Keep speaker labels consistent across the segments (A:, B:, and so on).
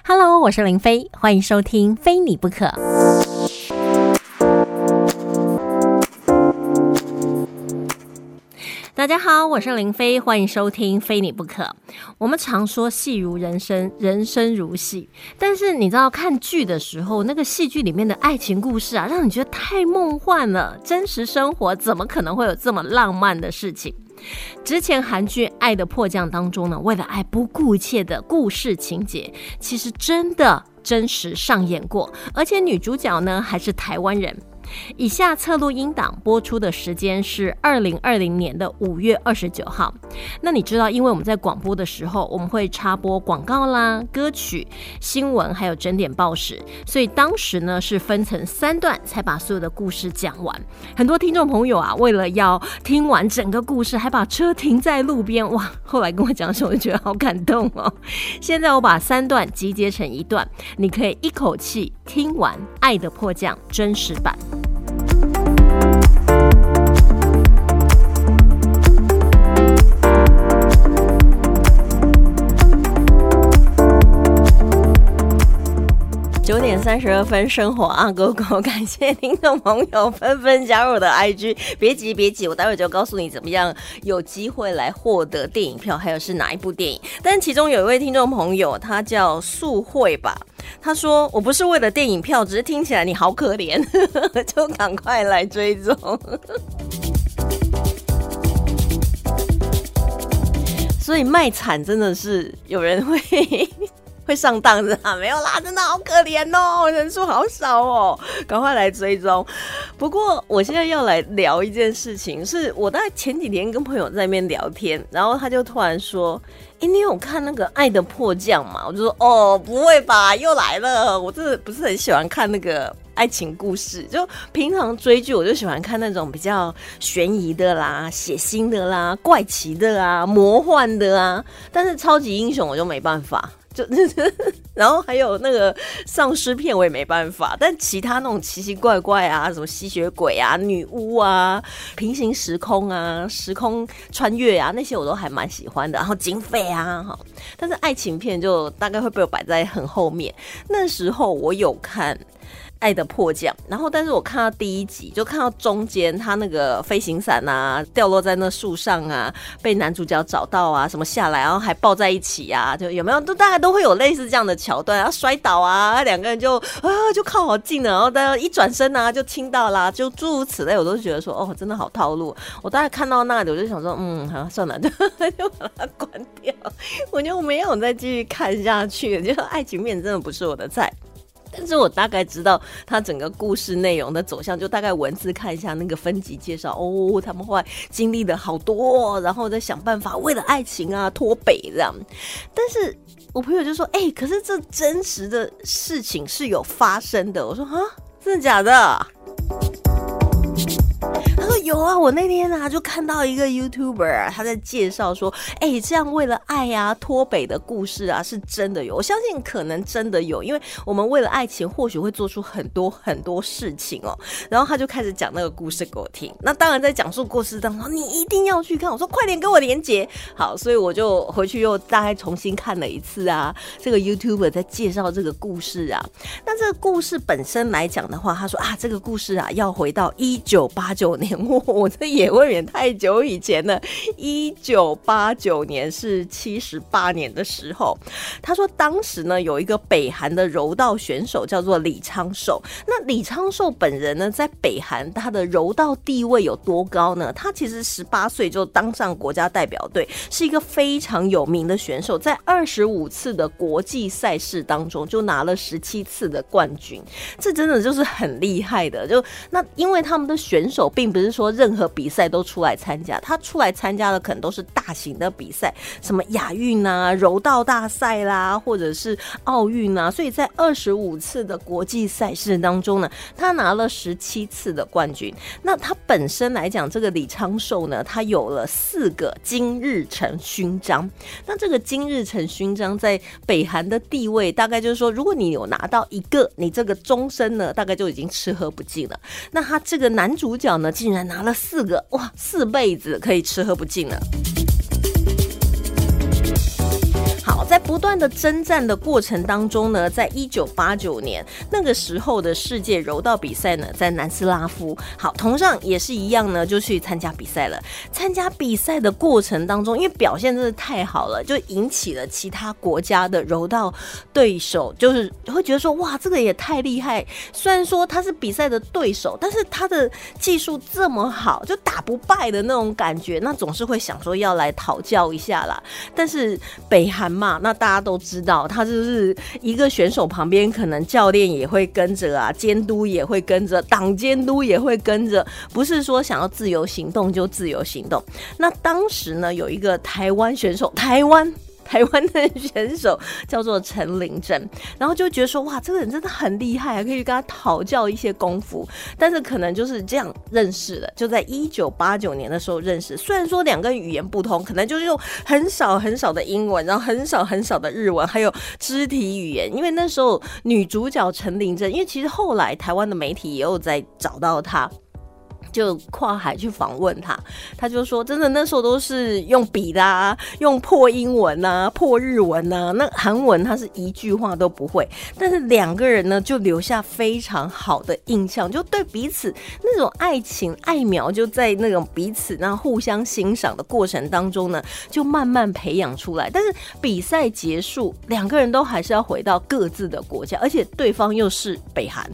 A: Hello， 我是林飞，欢迎收听《非你不可》。大家好，我是林飞，欢迎收听《非你不可》。我们常说戏如人生，人生如戏，但是你知道看剧的时候，那个戏剧里面的爱情故事啊，让你觉得太梦幻了。真实生活怎么可能会有这么浪漫的事情？之前韩剧《爱的迫降》当中呢，为了爱不顾一切的故事情节，其实真实上演过，而且女主角呢还是台湾人。以下侧录音档播出的时间是2020年的5月29号。那你知道，因为我们在广播的时候，我们会插播广告啦、歌曲、新闻，还有整点报时，所以当时呢是分成3段才把所有的故事讲完。很多听众朋友啊，为了要听完整个故事，还把车停在路边，哇！后来跟我讲的时候，我就觉得好感动哦。现在我把3段集结成1段，你可以一口气听完《爱的迫降》真实版。9点32分，生活啊狗狗，感谢听众朋友纷纷加入我的 IG。别急，我待会就告诉你怎么样有机会来获得电影票，还有是哪一部电影。但其中有一位听众朋友，他叫素慧吧，他说我不是为了电影票，只是听起来你好可怜，就赶快来追踪。所以卖惨真的是有人会上当的啊？没有啦，真的好可怜哦，人数好少哦，赶快来追踪。不过我现在要来聊一件事情，是我大概前几天跟朋友在那边聊天，然后他就突然说：“你有看那个《爱的迫降》吗？”我就说：“哦，不会吧，又来了。”我真的不是很喜欢看那个爱情故事，就平常追剧我就喜欢看那种比较悬疑的啦、血腥的啦、怪奇的啊、魔幻的啊，但是超级英雄我就没办法。然后还有那个丧尸片我也没办法，但其他那种奇奇怪怪啊，什么吸血鬼啊、女巫啊、平行时空啊、时空穿越啊，那些我都还蛮喜欢的。然后警匪啊，但是爱情片就大概会被我摆在很后面。那时候我有看爱的迫降，然后但是我看到第1集，就看到中间他那个飞行伞啊掉落在那树上啊，被男主角找到啊，什么下来然后还抱在一起啊，就有没有都大概都会有类似这样的桥段，然后摔倒啊，两个人就靠好近了，然后大家一转身啊就亲到啦，就诸如此类，我都觉得说哦，真的好套路。我大概看到那里我就想说好算了，就把它关掉，我就没有再继续看下去了，就爱情片真的不是我的菜。但是我大概知道他整个故事内容的走向，就大概文字看一下那个分集介绍哦，他们后来经历了好多，然后再想办法为了爱情啊脱北这样。但是我朋友就说可是这真实的事情是有发生的。我说真的假的？他说有啊，我那天啊就看到一个 YouTuber 他在介绍说这样为了爱啊脱北的故事啊是真的有，我相信可能真的有，因为我们为了爱情或许会做出很多事情哦。然后他就开始讲那个故事给我听，那当然在讲述故事当中你一定要去看，我说快点给我连结。好，所以我就回去又大概重新看了一次啊，这个 YouTuber 在介绍这个故事啊。那这个故事本身来讲的话，他说这个故事啊要回到1989年，我这也未免太久以前了。1989年是78年的时候，他说当时呢有一个北韩的柔道选手叫做李昌寿。那李昌寿本人呢，在北韩他的柔道地位有多高呢？他其实18岁就当上国家代表队，是一个非常有名的选手，在25次的国际赛事当中就拿了17次的冠军，这真的就是很厉害的。就那因为他们的选手并不是说任何比赛都出来参加，他出来参加的可能都是大型的比赛，什么亚运啊、柔道大赛啦，或者是奥运啊，所以在25次的国际赛事当中呢，他拿了17次的冠军。那他本身来讲，这个李昌寿呢，他有了4个金日成勋章。那这个金日成勋章在北韩的地位，大概就是说，如果你有拿到1个，你这个终身呢，大概就已经吃喝不尽了。那他这个男主角呢，竟然拿了4个，哇4辈子可以吃喝不尽了。好， 在不断的征战的过程当中呢，在1989年那个时候的世界柔道比赛呢，在南斯拉夫，好，同样也是一样呢，就去参加比赛了。参加比赛的过程当中，因为表现真的太好了，就引起了其他国家的柔道对手，就是会觉得说，哇，这个也太厉害。虽然说他是比赛的对手，但是他的技术这么好，就打不败的那种感觉，那总是会想说要来讨教一下啦。但是北韩嘛，那大家都知道，他就是一个选手旁边，可能教练也会跟着啊，监督也会跟着，党监督也会跟着，不是说想要自由行动就自由行动。那当时呢，有一个台湾选手，台湾的选手叫做陈玲珍，然后就觉得说，哇，这个人真的很厉害，可以跟他讨教一些功夫。但是可能就是这样认识的，就在1989年的时候认识。虽然说两个语言不通，可能就是用很少的英文，然后很少的日文，还有肢体语言。因为那时候女主角陈玲珍，因为其实后来台湾的媒体也有在找到她，就跨海去访问他就说真的那时候都是用笔的啊，用破英文啊，破日文啊，那韩文他是一句话都不会，但是两个人呢就留下非常好的印象，就对彼此那种爱情爱苗就在那种彼此那互相欣赏的过程当中呢，就慢慢培养出来。但是比赛结束，两个人都还是要回到各自的国家，而且对方又是北韩。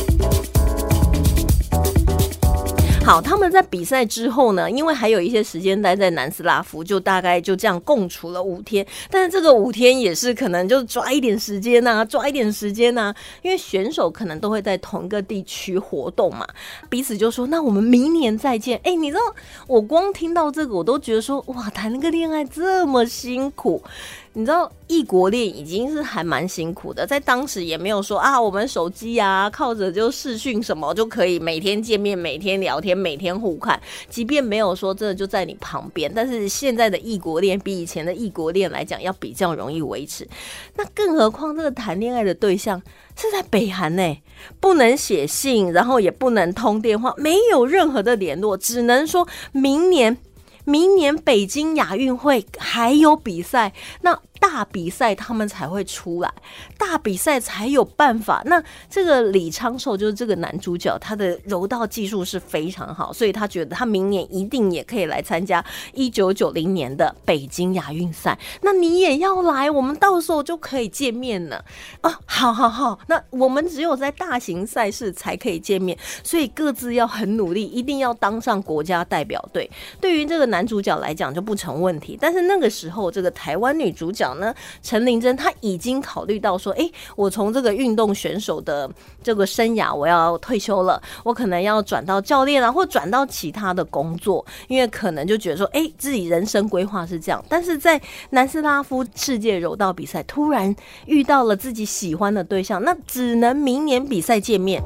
A: 好，他们在比赛之后呢，因为还有一些时间待在南斯拉夫，就大概就这样共处了5天。但是这个5天也是可能就抓一点时间啊，因为选手可能都会在同一个地区活动嘛，彼此就说那我们明年再见。你知道我光听到这个我都觉得说，哇，谈那个恋爱这么辛苦。你知道异国恋已经是还蛮辛苦的，在当时也没有说啊，我们手机啊靠着就视讯什么就可以每天见面、每天聊天、每天互看，即便没有说真的就在你旁边，但是现在的异国恋比以前的异国恋来讲要比较容易维持。那更何况这个谈恋爱的对象是在北韩不能写信，然后也不能通电话，没有任何的联络，只能说明年北京亚运会还有比赛，那大比赛他们才会出来，大比赛才有办法。那这个李昌寿就是这个男主角，他的柔道技术是非常好，所以他觉得他明年一定也可以来参加1990年的北京亚运赛。那你也要来，我们到时候就可以见面了。好，那我们只有在大型赛事才可以见面，所以各自要很努力，一定要当上国家代表队。对于这个男主角来讲就不成问题，但是那个时候这个台湾女主角呢，陈玲珍她已经考虑到说，我从这个运动选手的这个生涯我要退休了，我可能要转到教练啊，或转到其他的工作，因为可能就觉得说，自己人生规划是这样。但是在南斯拉夫世界柔道比赛突然遇到了自己喜欢的对象，那只能明年比赛见面。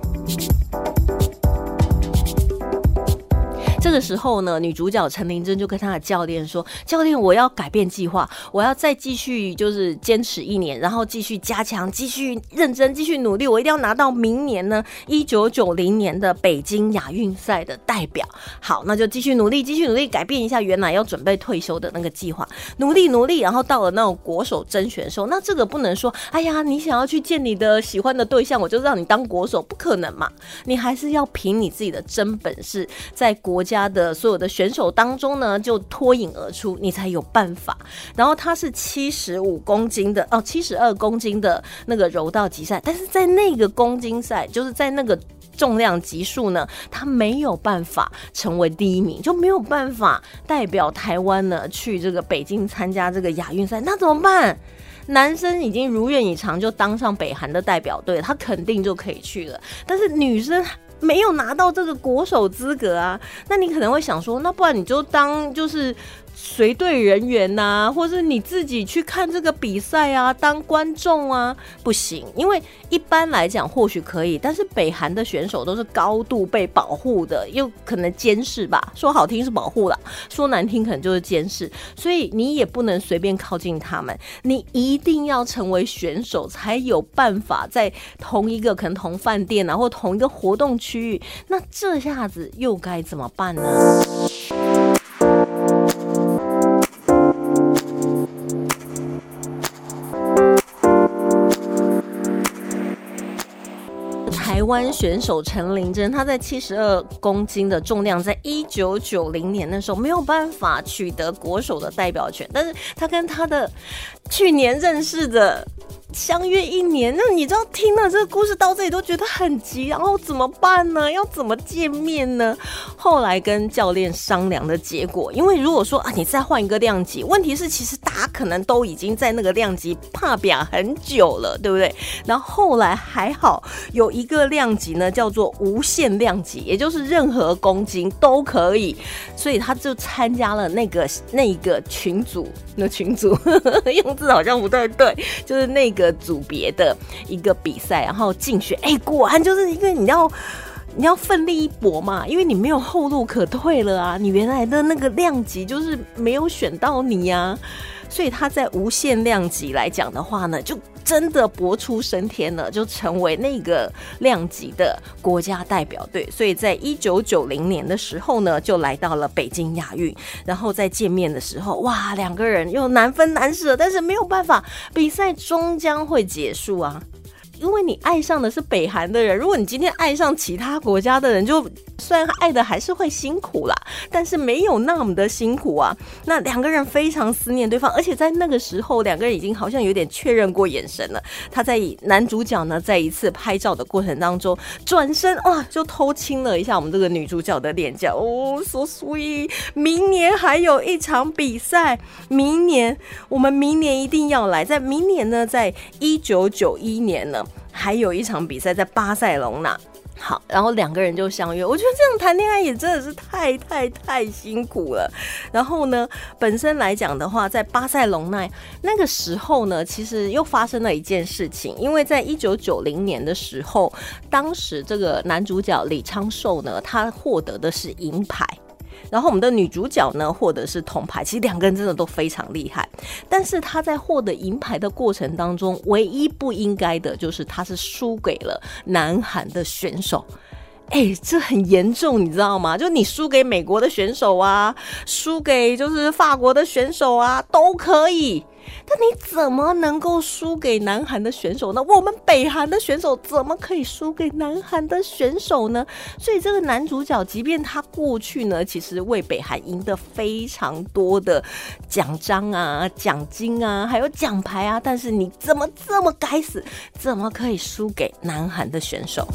A: 这个时候呢，女主角陈玲珍就跟她的教练说，教练，我要改变计划，我要再继续就是坚持1年，然后继续加强，继续认真，继续努力，我一定要拿到明年呢1990年的北京亚运赛的代表。好，那就继续努力，改变一下原来要准备退休的那个计划，努力，然后到了那种国手甄选的时候，那这个不能说，哎呀，你想要去见你的喜欢的对象，我就让你当国手，不可能嘛，你还是要凭你自己的真本事，在国家的所有的选手当中呢，就脱颖而出，你才有办法。然后他是72公斤的72公斤的那个柔道级赛，但是在那个公斤赛，就是在那个重量级数呢，他没有办法成为第1名，就没有办法代表台湾呢去这个北京参加这个亚运赛。那怎么办？男生已经如愿以偿，就当上北韩的代表队，他肯定就可以去了。但是女生没有拿到这个国手资格啊，那你可能会想说，那不然你就当就是随队人员啊，或是你自己去看这个比赛啊，当观众啊，不行。因为一般来讲或许可以，但是北韩的选手都是高度被保护的，又可能监视吧，说好听是保护啦，说难听可能就是监视，所以你也不能随便靠近他们，你一定要成为选手才有办法在同一个可能同饭店啊，或同一个活动区域。那这下子又该怎么办呢？ 台湾选手陈玲臻，她在72公斤的重量，在1990年的时候没有办法取得国手的代表权，但是她跟她的去年认识的相约1年，那你知道听了这个故事到这里都觉得很急，然后怎么办呢？要怎么见面呢？后来跟教练商量的结果，因为如果说你再换一个量级，问题是其实大家可能都已经在那个量级怕表很久了，对不对？然后后来还好有一个量级呢叫做无限量级，也就是任何公斤都可以，所以他就参加了那个群组用字好像不太对，就是那个组别的一个比赛，然后竞选，果然就是因为你要奋力一搏嘛，因为你没有后路可退了啊，你原来的那个量级就是没有选到你啊，所以他在无限量级来讲的话呢，就真的搏出升天了，就成为那个量级的国家代表队。所以在1990年的时候呢，就来到了北京亚运，然后在见面的时候，哇，两个人又难分难舍，但是没有办法，比赛终将会结束啊。因为你爱上的是北韩的人，如果你今天爱上其他国家的人，就虽然爱的还是会辛苦啦，但是没有那么的辛苦啊。那两个人非常思念对方，而且在那个时候两个人已经好像有点确认过眼神了。他在男主角呢在一次拍照的过程当中转身，哇，就偷亲了一下我们这个女主角的脸颊。哦 so sweet， 明年还有一场比赛，我们明年一定要来。在明年呢，在1991年呢还有一场比赛在巴塞隆纳。好，然后两个人就相约，我觉得这样谈恋爱也真的是太辛苦了。然后呢，本身来讲的话，在巴塞隆纳那个时候呢，其实又发生了一件事情，因为在1990年的时候，当时这个男主角李昌寿呢，他获得的是银牌。然后我们的女主角呢获得是铜牌，其实两个人真的都非常厉害，但是他在获得银牌的过程当中，唯一不应该的就是他是输给了南韩的选手。这很严重，你知道吗？就你输给美国的选手啊，输给就是法国的选手啊，都可以，但你怎么能够输给南韩的选手呢？我们北韩的选手怎么可以输给南韩的选手呢？所以这个男主角即便他过去呢其实为北韩赢得非常多的奖章啊、奖金啊还有奖牌啊，但是你怎么这么该死，怎么可以输给南韩的选手？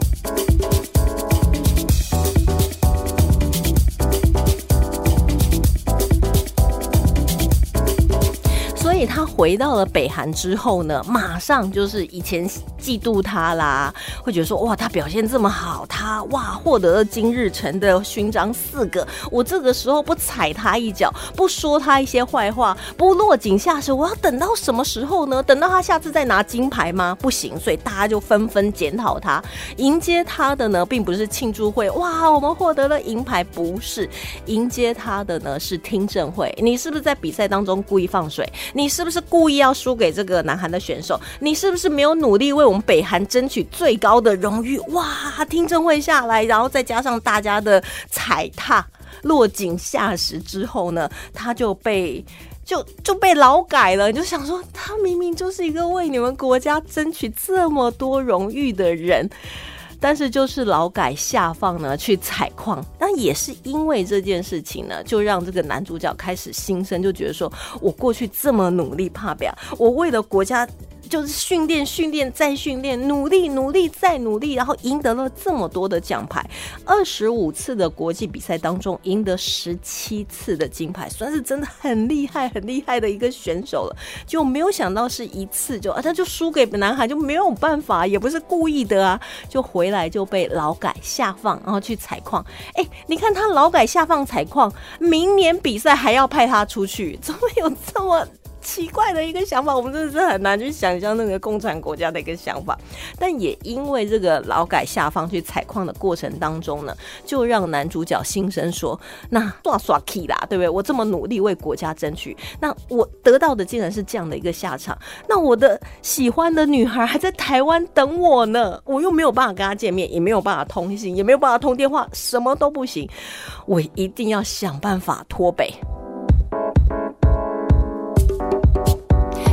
A: 所以他回到了北韩之后呢，马上就是以前嫉妒他啦，会觉得说哇，他表现这么好，他哇获得了金日成的勋章4个，我这个时候不踩他一脚，不说他一些坏话，不落井下石，我要等到什么时候呢？等到他下次再拿金牌吗？不行，所以大家就纷纷检讨他。迎接他的呢，并不是庆祝会，哇，我们获得了银牌，不是，迎接他的呢是听证会。你是不是在比赛当中故意放水？你是不是故意要输给这个南韩的选手？你是不是没有努力为我们北韩争取最高的荣誉？哇，听证会下来，然后再加上大家的踩踏，落井下石之后呢，他就被劳改了。你就想说，他明明就是一个为你们国家争取这么多荣誉的人，但是就是劳改下放呢去采矿。但也是因为这件事情呢，就让这个男主角开始心生，就觉得说，我过去这么努力怕表，我为了国家就是训练再训练，努力再努力，然后赢得了这么多的奖牌，25次的国际比赛当中赢得17次的金牌，算是真的很厉害的一个选手了。就没有想到是一次他就输给南韩，就没有办法，也不是故意的啊，就回来就被劳改下放，然后去采矿。你看他劳改下放采矿，明年比赛还要派他出去，怎么有这么奇怪的一个想法？我们真的是很难去想象那个共产国家的一个想法。但也因为这个劳改下放去采矿的过程当中呢，就让男主角心生说，那耍 key 啦，对不对？我这么努力为国家争取，那我得到的竟然是这样的一个下场，那我的喜欢的女孩还在台湾等我呢，我又没有办法跟她见面，也没有办法通信，也没有办法通电话，什么都不行，我一定要想办法脱北。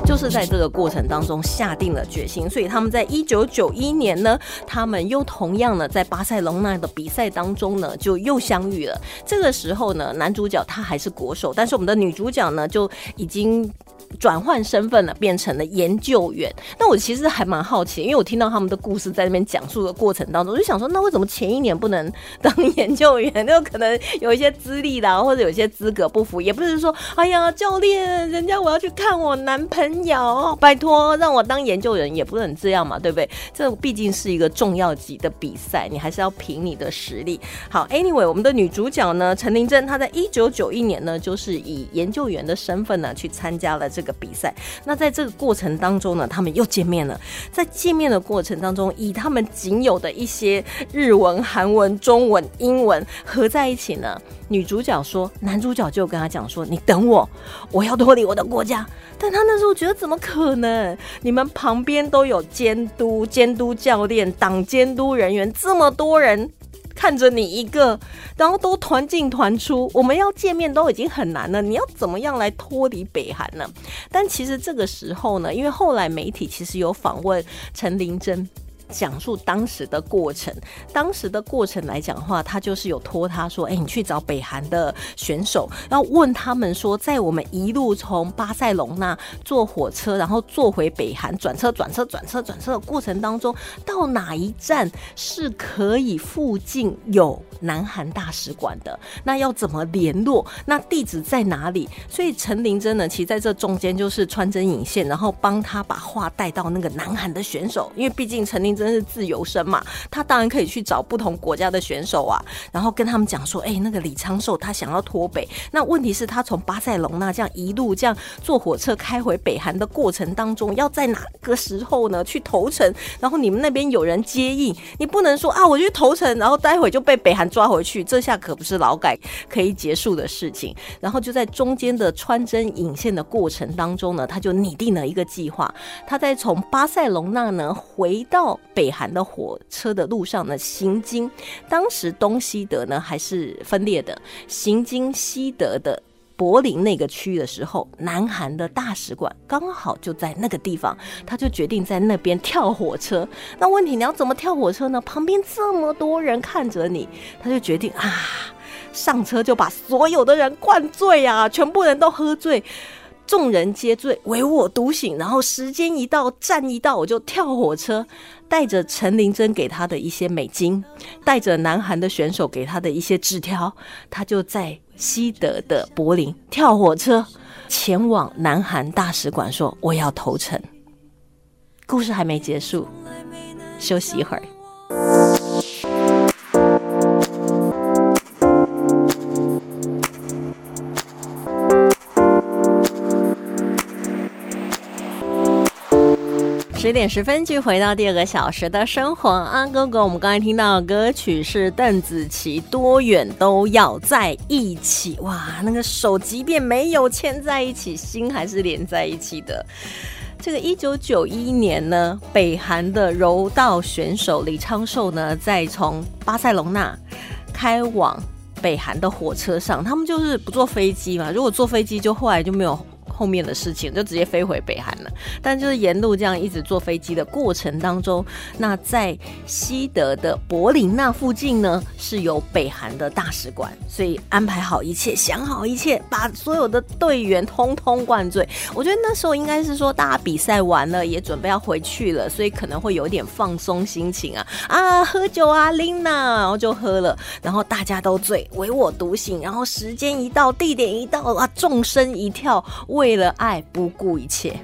A: 就是在这个过程当中下定了决心，所以他们在1991年呢，他们又同样呢在巴塞隆纳的比赛当中呢就又相遇了。这个时候呢，男主角他还是国手，但是我们的女主角呢就已经转换身份了，变成了研究员。那我其实还蛮好奇，因为我听到他们的故事在那边讲述的过程当中，我就想说，那为什么前一年不能当研究员？就可能有一些资历啦，或者有一些资格不符，也不是说，哎呀，教练，人家我要去看我男朋友，拜托让我当研究员，也不能这样嘛，对不对？这毕竟是一个重要级的比赛，你还是要凭你的实力。好 ，anyway， 我们的女主角呢，陈玲珍，她在1991年呢，就是以研究员的身份呢，去参加了这个比赛。那在这个过程当中呢，他们又见面了。在见面的过程当中，以他们仅有的一些日文、韩文、中文、英文合在一起呢，女主角说，男主角就跟他讲说：“你等我，我要脱离我的国家。”但他那时候觉得怎么可能？你们旁边都有监督教练、党监督人员，这么多人看着你一个，然后都团进团出，我们要见面都已经很难了，你要怎么样来脱离北韩呢？但其实这个时候呢，因为后来媒体其实有访问陈玲珍，讲述当时的过程。当时的过程来讲的话，他就是有托他说，你去找北韩的选手，然后问他们说，在我们一路从巴塞隆纳坐火车，然后坐回北韩，转车的过程当中，到哪一站是可以附近有南韩大使馆的？那要怎么联络？那地址在哪里？所以陈玲珍呢，其实在这中间就是穿针引线，然后帮他把话带到那个南韩的选手，因为毕竟陈玲珍是自由身嘛，他当然可以去找不同国家的选手啊，然后跟他们讲说，那个李昌寿他想要脱北，那问题是他从巴塞隆纳这样一路这样坐火车开回北韩的过程当中，要在哪个时候呢去投诚？然后你们那边有人接应，你不能说我去投诚，然后待会就被北韩抓回去，这下可不是劳改可以结束的事情。然后就在中间的穿针引线的过程当中呢，他就拟定了一个计划。他在从巴塞隆纳呢回到北韩的火车的路上呢行经，当时东西德呢还是分裂的，行经西德的柏林那个区的时候，南韩的大使馆刚好就在那个地方，他就决定在那边跳火车。那问题你要怎么跳火车呢？旁边这么多人看着你，他就决定上车就把所有的人灌醉啊，全部人都喝醉，众人皆醉，唯我独醒。然后时间一到，站一到，我就跳火车，带着陈玲珍给他的一些美金，带着南韩的选手给他的一些纸条，他就在西德的柏林跳火车前往南韩大使馆，说我要投诚。故事还没结束，休息一会儿。10点10分，继续回到第二个小时的生活啊，哥哥，我们刚才听到的歌曲是邓紫棋《多远都要在一起》。哇，那个手即便没有牵在一起，心还是连在一起的。这个1991年呢，北韩的柔道选手李昌寿呢，在从巴塞隆纳开往北韩的火车上，他们就是不坐飞机嘛，如果坐飞机就后来就没有后面的事情，就直接飞回北韩了。但就是沿路这样一直坐飞机的过程当中，那在西德的柏林那附近呢，是有北韩的大使馆，所以安排好一切，想好一切，把所有的队员通通灌醉。我觉得那时候应该是说大家比赛完了，也准备要回去了，所以可能会有点放松心情喝酒啊拎啊，然后就喝了，然后大家都醉，唯我独醒，然后时间一到，地点一到众生一跳，为了爱不顾一切。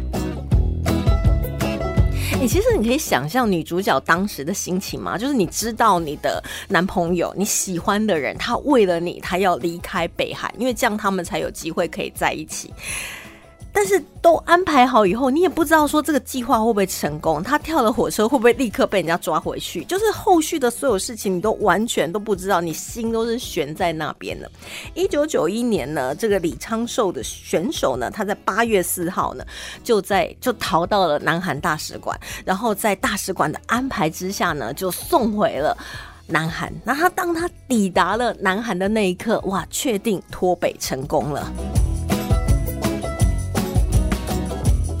A: 其实你可以想象女主角当时的心情吗？就是你知道你的男朋友，你喜欢的人，他为了你，他要离开北韩，因为这样他们才有机会可以在一起。但是都安排好以后，你也不知道说这个计划会不会成功，他跳了火车会不会立刻被人家抓回去，就是后续的所有事情你都完全都不知道，你心都是悬在那边的。1991年呢，这个李昌寿的选手呢，他在8月4号呢就逃到了南韩大使馆，然后在大使馆的安排之下呢，就送回了南韩。那当他抵达了南韩的那一刻，哇，确定脱北成功了。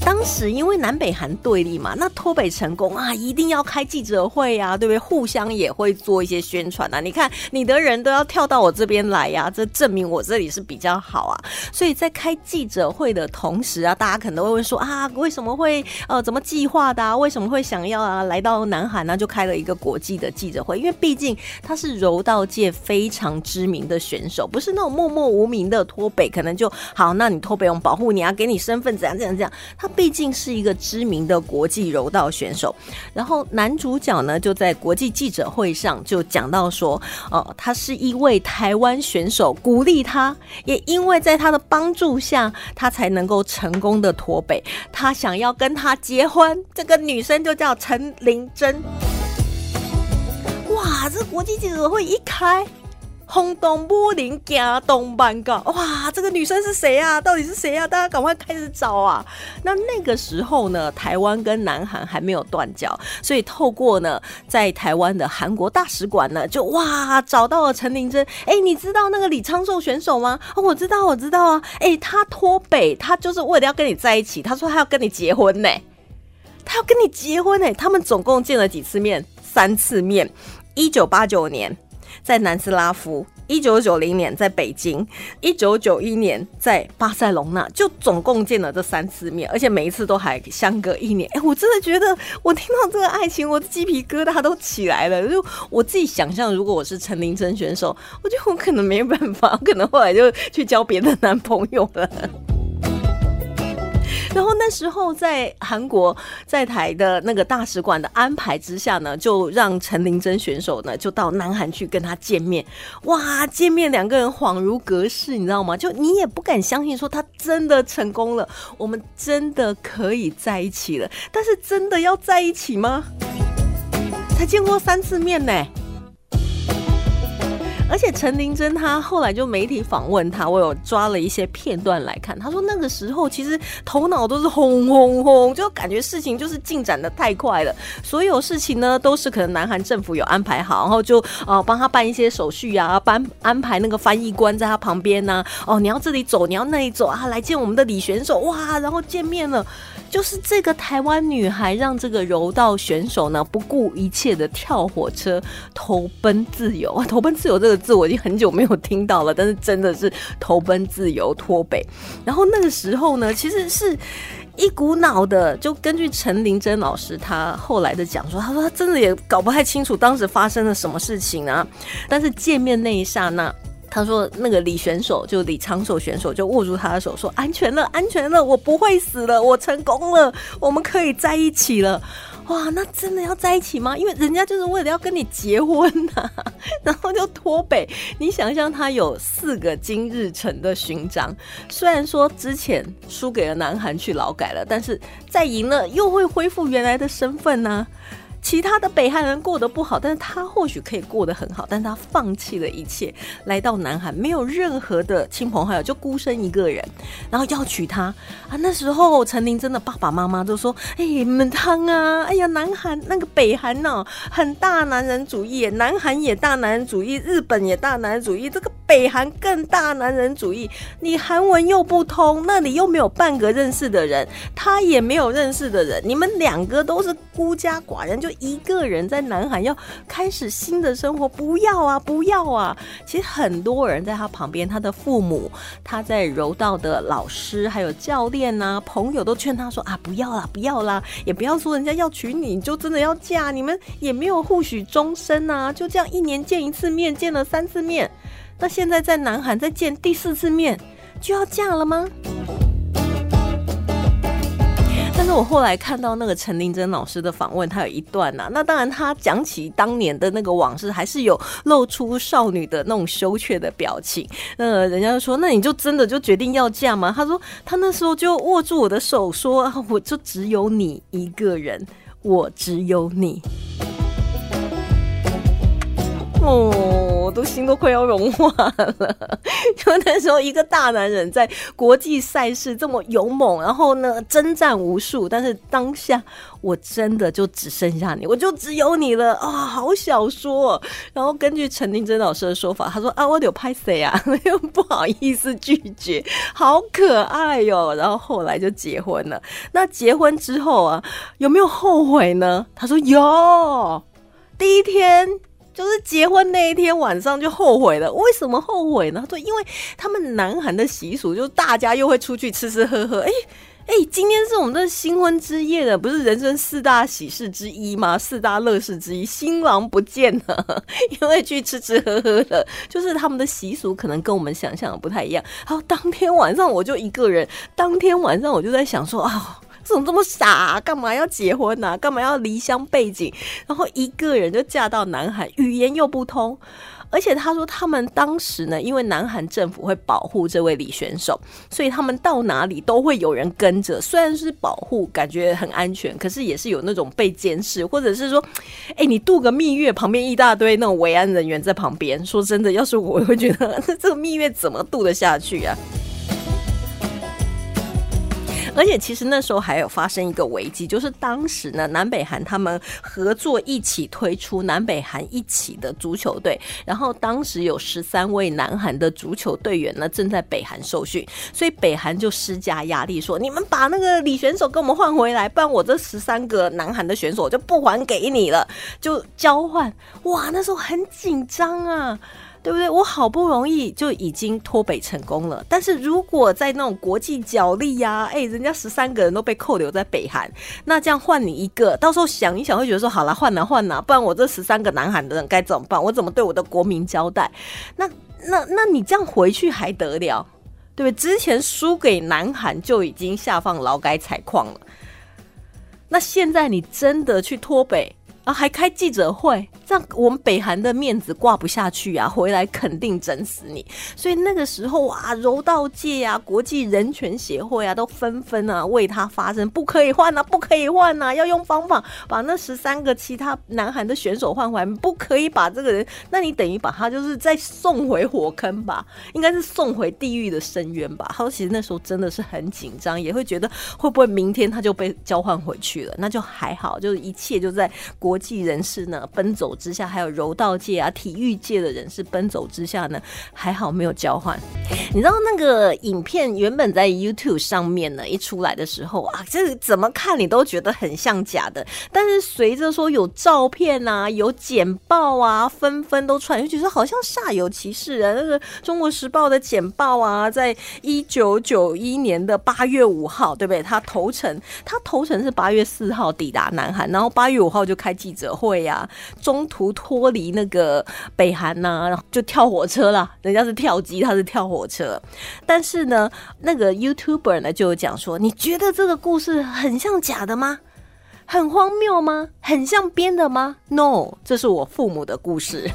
A: 当时因为南北韩对立嘛，那脱北成功啊，一定要开记者会啊，对不对？互相也会做一些宣传啊。你看你的人都要跳到我这边来呀，这证明我这里是比较好啊。所以在开记者会的同时啊，大家可能都会问说啊，为什么会怎么计划的啊？为什么会想要啊来到南韩呢？就开了一个国际的记者会，因为毕竟他是柔道界非常知名的选手，不是那种默默无名的脱北，可能就好，那你脱北我们保护你啊，给你身份怎样怎样怎样。他毕竟是一个知名的国际柔道选手，然后男主角呢就在国际记者会上就讲到说，他是一位台湾选手，鼓励他，也因为在他的帮助下，他才能够成功的脱北。他想要跟他结婚，这个女生就叫陈玲珍。哇，这国际记者会一开，轰动武林行动万角，哇，这个女生是谁啊？到底是谁啊？大家赶快开始找啊！那个时候呢，台湾跟南韩还没有断交，所以透过呢，在台湾的韩国大使馆呢，就哇找到了陈玲珍。你知道那个李昌寿选手吗？我知道啊。他脱北，他就是为了要跟你在一起，他说他要跟你结婚呢。他要跟你结婚呢。他们总共见了几次面？3次面。1989年在南斯拉夫，1990年在北京，1991年在巴塞隆纳，就总共见了这3次面，而且每一次都还相隔1年。我真的觉得我听到这个爱情，我的鸡皮疙瘩都起来了。就我自己想象，如果我是陈玲珍选手，我觉得我可能没办法，可能后来就去交别的男朋友了。然后那时候在韩国在台的那个大使馆的安排之下呢，就让陈玲珍选手呢就到南韩去跟他见面。哇，见面2个人恍如隔世，你知道吗？就你也不敢相信说他真的成功了，我们真的可以在一起了。但是真的要在一起吗？才见过3次面呢。而且陈玲珍她后来就媒体访问她，我有抓了一些片段来看，她说那个时候其实头脑都是轰轰轰，就感觉事情就是进展的太快了，所有事情呢都是可能南韩政府有安排好，然后就帮他办一些手续啊，安排那个翻译官在他旁边啊，你要这里走，你要那里走啊，来见我们的李选手，哇，然后见面了。就是这个台湾女孩让这个柔道选手呢不顾一切的跳火车投奔自由。投奔自由这个字我已经很久没有听到了，但是真的是投奔自由脱北。然后那个时候呢，其实是一股脑的，就根据陈玲珍老师他后来的讲说，他说他真的也搞不太清楚当时发生了什么事情啊，但是见面那一刹那，他说那个李选手，就李昌寿选手就握住他的手说，安全了，安全了，我不会死了，我成功了，我们可以在一起了。哇，那真的要在一起吗？因为人家就是为了要跟你结婚啊，然后就脱北。你想象他有4个金日成的勋章，虽然说之前输给了南韩去劳改了，但是再赢了又会恢复原来的身份啊。其他的北韩人过得不好，但是他或许可以过得很好，但是他放弃了一切，来到南韩，没有任何的亲朋好友，就孤身一个人，然后要娶她啊。那时候陈玲珍的爸爸妈妈都说，母汤啊，哎呀，南韩那个北韩呢，很大男人主义，南韩也大男人主义，日本也大男人主义，这个北韩更大男人主义，你韩文又不通，那里又没有半个认识的人，他也没有认识的人，你们2个都是孤家寡人，就一个人在南韩要开始新的生活，不要啊，不要啊！其实很多人在他旁边，他的父母，他在柔道的老师，还有教练啊，朋友都劝他说啊，不要啦，不要啦，也不要说人家要娶你，就真的要嫁，你们也没有互许终身啊，就这样1年见1次面，见了3次面，那现在在南韩再见第4次面，就要嫁了吗？但是我后来看到那个陈玲珍老师的访问，他有一段啊，那当然他讲起当年的那个往事，还是有露出少女的那种羞怯的表情。人家就说，那你就真的就决定要嫁吗？他说他那时候就握住我的手说，我就只有你一个人，我只有你。 我都心都快要融化了。就那时候一个大男人在国际赛事这么勇猛，然后呢征战无数，但是当下我真的就只剩下你，我就只有你了啊！好小说哦。然后根据陈婷真老师的说法，他说啊，我有拍谁啊，又不好意思拒绝，好可爱哟。然后后来就结婚了。那结婚之后啊，有没有后悔呢？他说有，第一天就是结婚那一天晚上就后悔了。为什么后悔呢？他说因为他们南韩的习俗就是大家又会出去吃吃喝喝，今天是我们的新婚之夜的，不是人生4大喜事之一吗？4大乐事之一，新郎不见了，因为去吃吃喝喝了，就是他们的习俗可能跟我们想象的不太一样。然后当天晚上我就一个人，当天晚上我就在想说啊，怎么这么傻啊？干嘛要结婚啊？干嘛要离乡背井？然后一个人就嫁到南韩，语言又不通。而且他说他们当时呢，因为南韩政府会保护这位李选手，所以他们到哪里都会有人跟着，虽然是保护感觉很安全，可是也是有那种被监视，或者是说你度个蜜月旁边一大堆那种维安人员在旁边，说真的，要是我会觉得这个蜜月怎么度得下去啊？而且其实那时候还有发生一个危机，就是当时呢南北韩他们合作一起推出南北韩一起的足球队，然后当时有13位南韩的足球队员呢正在北韩受训，所以北韩就施加压力说，你们把那个李选手跟我们换回来，不然我这13个南韩的选手就不还给你了，就交换。哇，那时候很紧张啊，对不对？我好不容易就已经脱北成功了，但是如果在那种国际角力啊，人家13个人都被扣留在北韩，那这样换你一个，到时候想一想会觉得说，好啦，换啦，不然我这13个南韩的人该怎么办？我怎么对我的国民交代？那你这样回去还得了？对不对？之前输给南韩就已经下放劳改采矿了，那现在你真的去脱北，然后还开记者会，这样我们北韩的面子挂不下去啊，回来肯定整死你。所以那个时候啊，柔道界啊，国际人权协会啊，都纷纷啊为他发声，不可以换啊，不可以换啊，要用方法把那13个其他南韩的选手换回来，不可以把这个人，那你等于把他就是再送回火坑吧，应该是送回地狱的深渊吧。他说其实那时候真的是很紧张，也会觉得会不会明天他就被交换回去了，那就还好，就是一切就在国际人士呢奔走之下，还有柔道界啊体育界的人士奔走之下呢，还好没有交换。你知道那个影片原本在 YouTube 上面呢一出来的时候啊，这怎么看你都觉得很像假的，但是随着说有照片啊有简报啊纷纷都出来，就觉得好像煞有其事啊。那个中国时报的简报啊，在1991年的8月5号，对不对？他投诚是8月4号抵达南韩，然后8月5号就开记者会啊，中途脱离那个北韩啊，然后就跳火车啦，人家是跳机，他是跳火车。但是呢，那个 YouTuber 呢就有讲说，你觉得这个故事很像假的吗？很荒谬吗？很像编的吗？ No， 这是我父母的故事。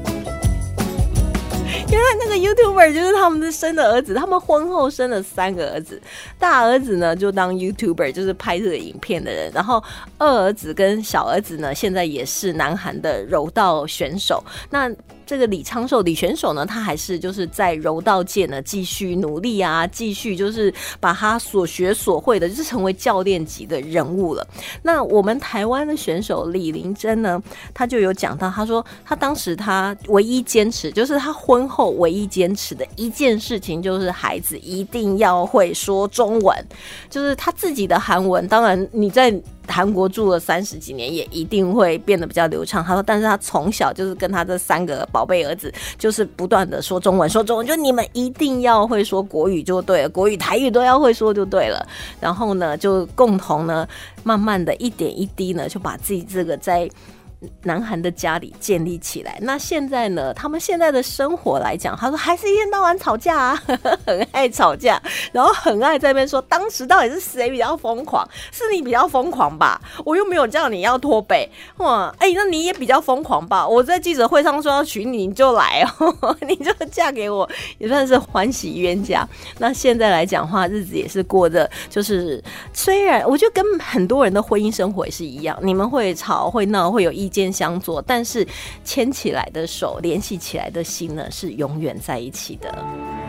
A: 原来那个 YouTuber 就是他们生的儿子，他们婚后生了3个儿子，大儿子呢就当 YouTuber， 就是拍这个影片的人，然后二儿子跟小儿子呢现在也是南韩的柔道选手。那这个李昌寿李选手呢，他还是就是在柔道界呢继续努力啊，继续就是把他所学所会的就是成为教练级的人物了。那我们台湾的选手李玲珍呢，他就有讲到，他说他当时他唯一坚持，就是他婚后唯一坚持的一件事情，就是孩子一定要会说中文，就是他自己的韩文，当然你在韩国住了30几年，也一定会变得比较流畅。他说，但是他从小就是跟他这3个宝贝儿子，就是不断的说中文，就你们一定要会说国语就对了，国语、台语都要会说就对了。然后呢，就共同呢，慢慢的一点一滴呢，就把自己这个在南韩的家里建立起来。那现在呢，他们现在的生活来讲，他说还是一天到晚吵架啊，很爱吵架，然后很爱在那边说当时到底是谁比较疯狂，是你比较疯狂吧，我又没有叫你要脱北，哇，那你也比较疯狂吧，我在记者会上说要娶你，你就来哦，你就嫁给我，也算是欢喜冤家。那现在来讲话，日子也是过得就是虽然我觉得跟很多人的婚姻生活也是一样，你们会吵会闹会有意肩相左，但是牵起来的手，联系起来的心呢，是永远在一起的。